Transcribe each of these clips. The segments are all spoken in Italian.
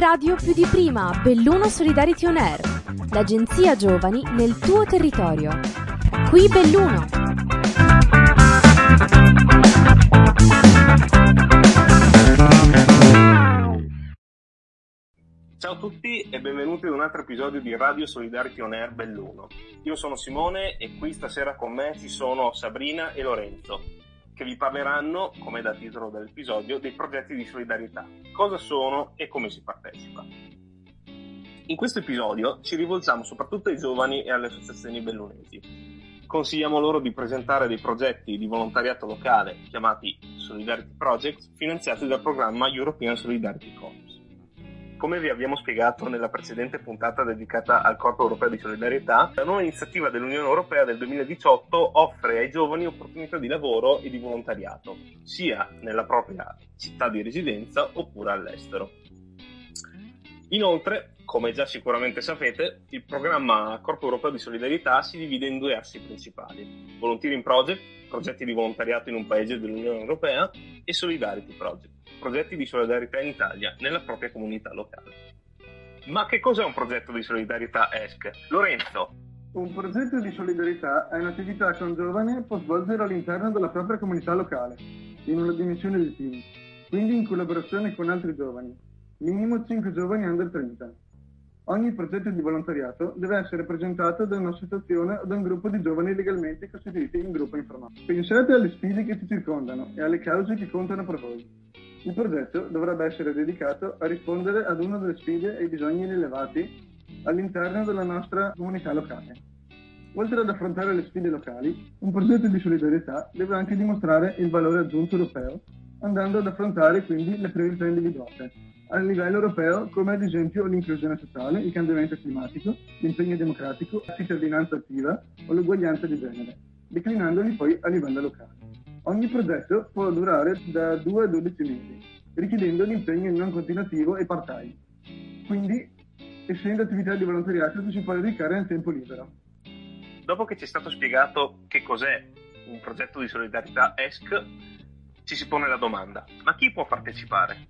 radio più di prima, Belluno Solidarity On Air, l'agenzia giovani nel tuo territorio. Qui Belluno. Ciao a tutti e benvenuti ad un altro episodio di Radio Solidarity On Air Belluno. Io sono Simone e qui stasera con me ci sono Sabrina e Lorenzo, che vi parleranno, come da titolo dell'episodio, dei progetti di solidarietà, cosa sono e come si partecipa. In questo episodio ci rivolgiamo soprattutto ai giovani e alle associazioni bellunesi. Consigliamo loro di presentare dei progetti di volontariato locale chiamati Solidarity Projects, finanziati dal programma European Solidarity Corps. Come vi abbiamo spiegato nella precedente puntata dedicata al Corpo Europeo di Solidarietà, la nuova iniziativa dell'Unione Europea del 2018 offre ai giovani opportunità di lavoro e di volontariato, sia nella propria città di residenza oppure all'estero. Inoltre, come già sicuramente sapete, il programma Corpo Europeo di Solidarietà si divide in due assi principali: Volunteering Project, progetti di volontariato in un paese dell'Unione Europea, e Solidarity Project, progetti di solidarietà in Italia, nella propria comunità locale. Ma che cos'è un progetto di solidarietà ESC? Lorenzo? Un progetto di solidarietà è un'attività che un giovane può svolgere all'interno della propria comunità locale, in una dimensione di team, quindi in collaborazione con altri giovani, minimo 5 giovani under 30. Ogni progetto di volontariato deve essere presentato da un'associazione o da un gruppo di giovani legalmente costituiti in gruppo informale. Pensate alle sfide che ci circondano e alle cause che contano per voi. Il progetto dovrebbe essere dedicato a rispondere ad una delle sfide e ai bisogni rilevati all'interno della nostra comunità locale. Oltre ad affrontare le sfide locali, un progetto di solidarietà deve anche dimostrare il valore aggiunto europeo, andando ad affrontare quindi le priorità individuate a livello europeo, come ad esempio l'inclusione sociale, il cambiamento climatico, l'impegno democratico, la cittadinanza attiva o l'uguaglianza di genere, declinandoli poi a livello locale. Ogni progetto può durare da 2 a 12 mesi, richiedendo l'impegno non continuativo e part-time. Quindi, essendo attività di volontariato, ci si può dedicare nel tempo libero. Dopo che ci è stato spiegato che cos'è un progetto di solidarietà ESC, ci si pone la domanda: ma chi può partecipare?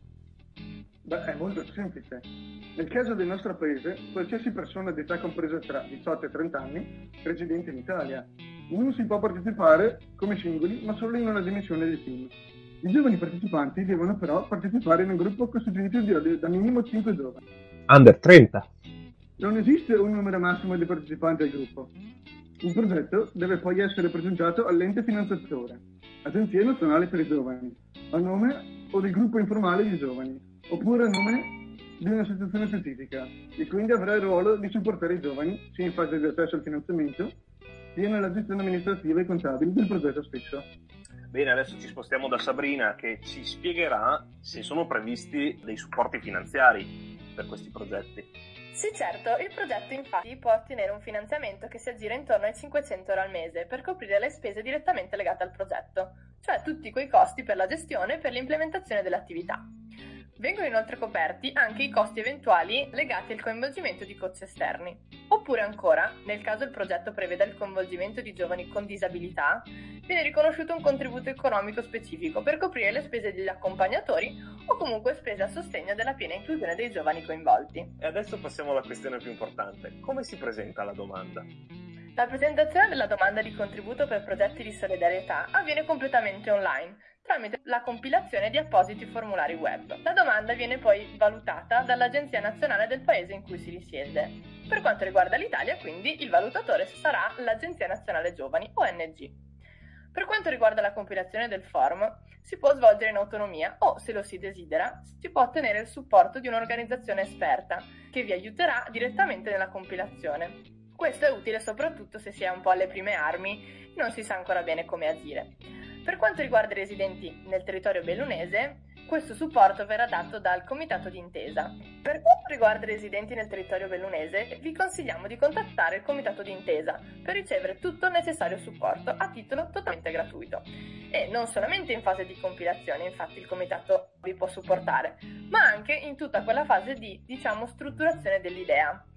È molto semplice. Nel caso del nostro paese, qualsiasi persona di età compresa tra 18 e 30 anni, residente in Italia, non si può partecipare come singoli, ma solo in una dimensione di team. I giovani partecipanti devono però partecipare in un gruppo costituito da minimo 5 giovani. Under 30. Non esiste un numero massimo di partecipanti al gruppo. Il progetto deve poi essere presentato all'ente finanziatore, Agenzia Nazionale per i Giovani, a nome o del gruppo informale di giovani, oppure a nome di un'associazione specifica, e quindi avrà il ruolo di supportare i giovani, sia in fase di accesso al finanziamento, sia nella gestione amministrativa e contabile del progetto stesso. Bene, adesso ci spostiamo da Sabrina, che ci spiegherà se sono previsti dei supporti finanziari per questi progetti. Sì, certo, il progetto infatti può ottenere un finanziamento che si aggira intorno ai 500 euro al mese per coprire le spese direttamente legate al progetto, cioè tutti quei costi per la gestione e per l'implementazione dell'attività. Vengono inoltre coperti anche i costi eventuali legati al coinvolgimento di coach esterni. Oppure ancora, nel caso il progetto preveda il coinvolgimento di giovani con disabilità, viene riconosciuto un contributo economico specifico per coprire le spese degli accompagnatori o comunque spese a sostegno della piena inclusione dei giovani coinvolti. E adesso passiamo alla questione più importante: come si presenta la domanda? La presentazione della domanda di contributo per progetti di solidarietà avviene completamente online, tramite la compilazione di appositi formulari web. La domanda viene poi valutata dall'Agenzia Nazionale del paese in cui si risiede. Per quanto riguarda l'Italia, quindi, il valutatore sarà l'Agenzia Nazionale Giovani, ONG. Per quanto riguarda la compilazione del form, si può svolgere in autonomia o, se lo si desidera, si può ottenere il supporto di un'organizzazione esperta che vi aiuterà direttamente nella compilazione. Questo è utile soprattutto se si è un po' alle prime armi e non si sa ancora bene come agire. Per quanto riguarda i residenti nel territorio bellunese, questo supporto verrà dato dal Comitato d'Intesa. Per quanto riguarda i residenti nel territorio bellunese, vi consigliamo di contattare il Comitato d'Intesa per ricevere tutto il necessario supporto a titolo totalmente gratuito. E non solamente in fase di compilazione, infatti, il Comitato vi può supportare, ma anche in tutta quella fase di, strutturazione dell'idea.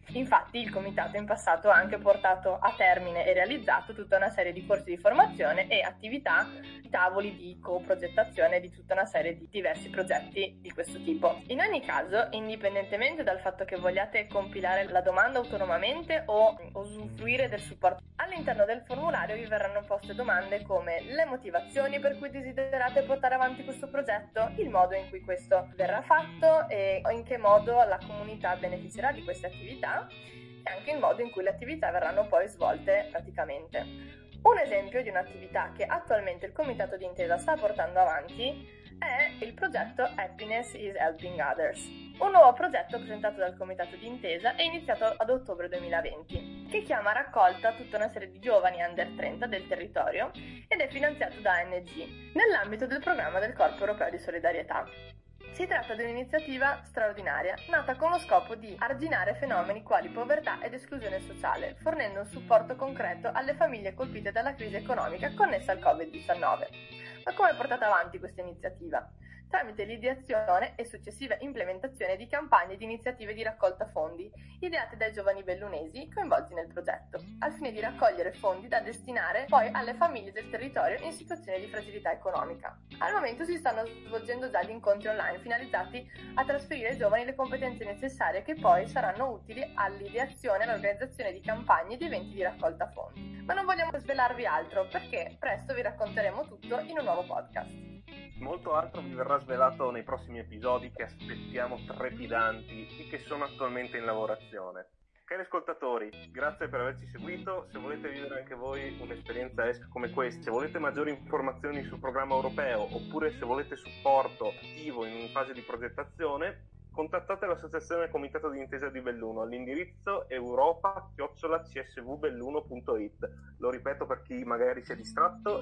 Infatti il comitato in passato ha anche portato a termine e realizzato tutta una serie di corsi di formazione e attività, tavoli di co-progettazione di tutta una serie di diversi progetti di questo tipo. In ogni caso, indipendentemente dal fatto che vogliate compilare la domanda autonomamente o usufruire del supporto, all'interno del formulario vi verranno poste domande come le motivazioni per cui desiderate portare avanti questo progetto, il modo in cui questo verrà fatto e in che modo la comunità beneficerà di queste attività e anche il modo in cui le attività verranno poi svolte praticamente. Un esempio di un'attività che attualmente il Comitato d'Intesa sta portando avanti è il progetto Happiness is Helping Others, un nuovo progetto presentato dal Comitato d'Intesa e iniziato ad ottobre 2020, che chiama a raccolta tutta una serie di giovani under 30 del territorio ed è finanziato da ANG nell'ambito del programma del Corpo Europeo di Solidarietà. Si tratta di un'iniziativa straordinaria, nata con lo scopo di arginare fenomeni quali povertà ed esclusione sociale, fornendo un supporto concreto alle famiglie colpite dalla crisi economica connessa al Covid-19. Ma come è portata avanti questa iniziativa? Tramite l'ideazione e successiva implementazione di campagne di iniziative di raccolta fondi, ideate dai giovani bellunesi coinvolti nel progetto, al fine di raccogliere fondi da destinare poi alle famiglie del territorio in situazioni di fragilità economica. Al momento si stanno svolgendo già gli incontri online finalizzati a trasferire ai giovani le competenze necessarie che poi saranno utili all'ideazione e all'organizzazione di campagne e di eventi di raccolta fondi. Ma non vogliamo svelarvi altro perché presto vi racconteremo tutto in un nuovo podcast. Molto altro vi verrà svelato nei prossimi episodi che aspettiamo trepidanti e che sono attualmente in lavorazione. Cari ascoltatori, grazie per averci seguito. Se volete vivere anche voi un'esperienza ESC come questa, se volete maggiori informazioni sul programma europeo oppure se volete supporto attivo in fase di progettazione, contattate l'associazione Comitato d'Intesa di Belluno all'indirizzo europa@csvbelluno.it. Lo ripeto per chi magari si è distratto,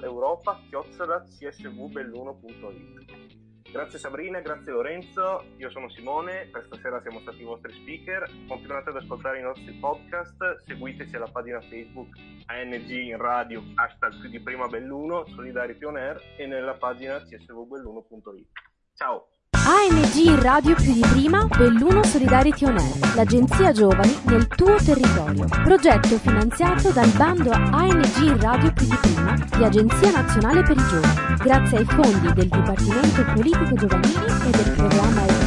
europa@csvbelluno.it. Grazie Sabrina, grazie Lorenzo, io sono Simone, per stasera siamo stati i vostri speaker. Continuate ad ascoltare i nostri podcast, seguiteci alla pagina Facebook ANG in radio, #piudiprima_Belluno, Solidarity On Air e nella pagina csvbelluno.it. Ciao! ANG in radio più di prima, Belluno Solidarity On Air, l'agenzia giovani nel tuo territorio. Progetto finanziato dal bando ANG in radio più di prima di Agenzia Nazionale per i Giovani, grazie ai fondi del Dipartimento Politiche Giovanili e del programma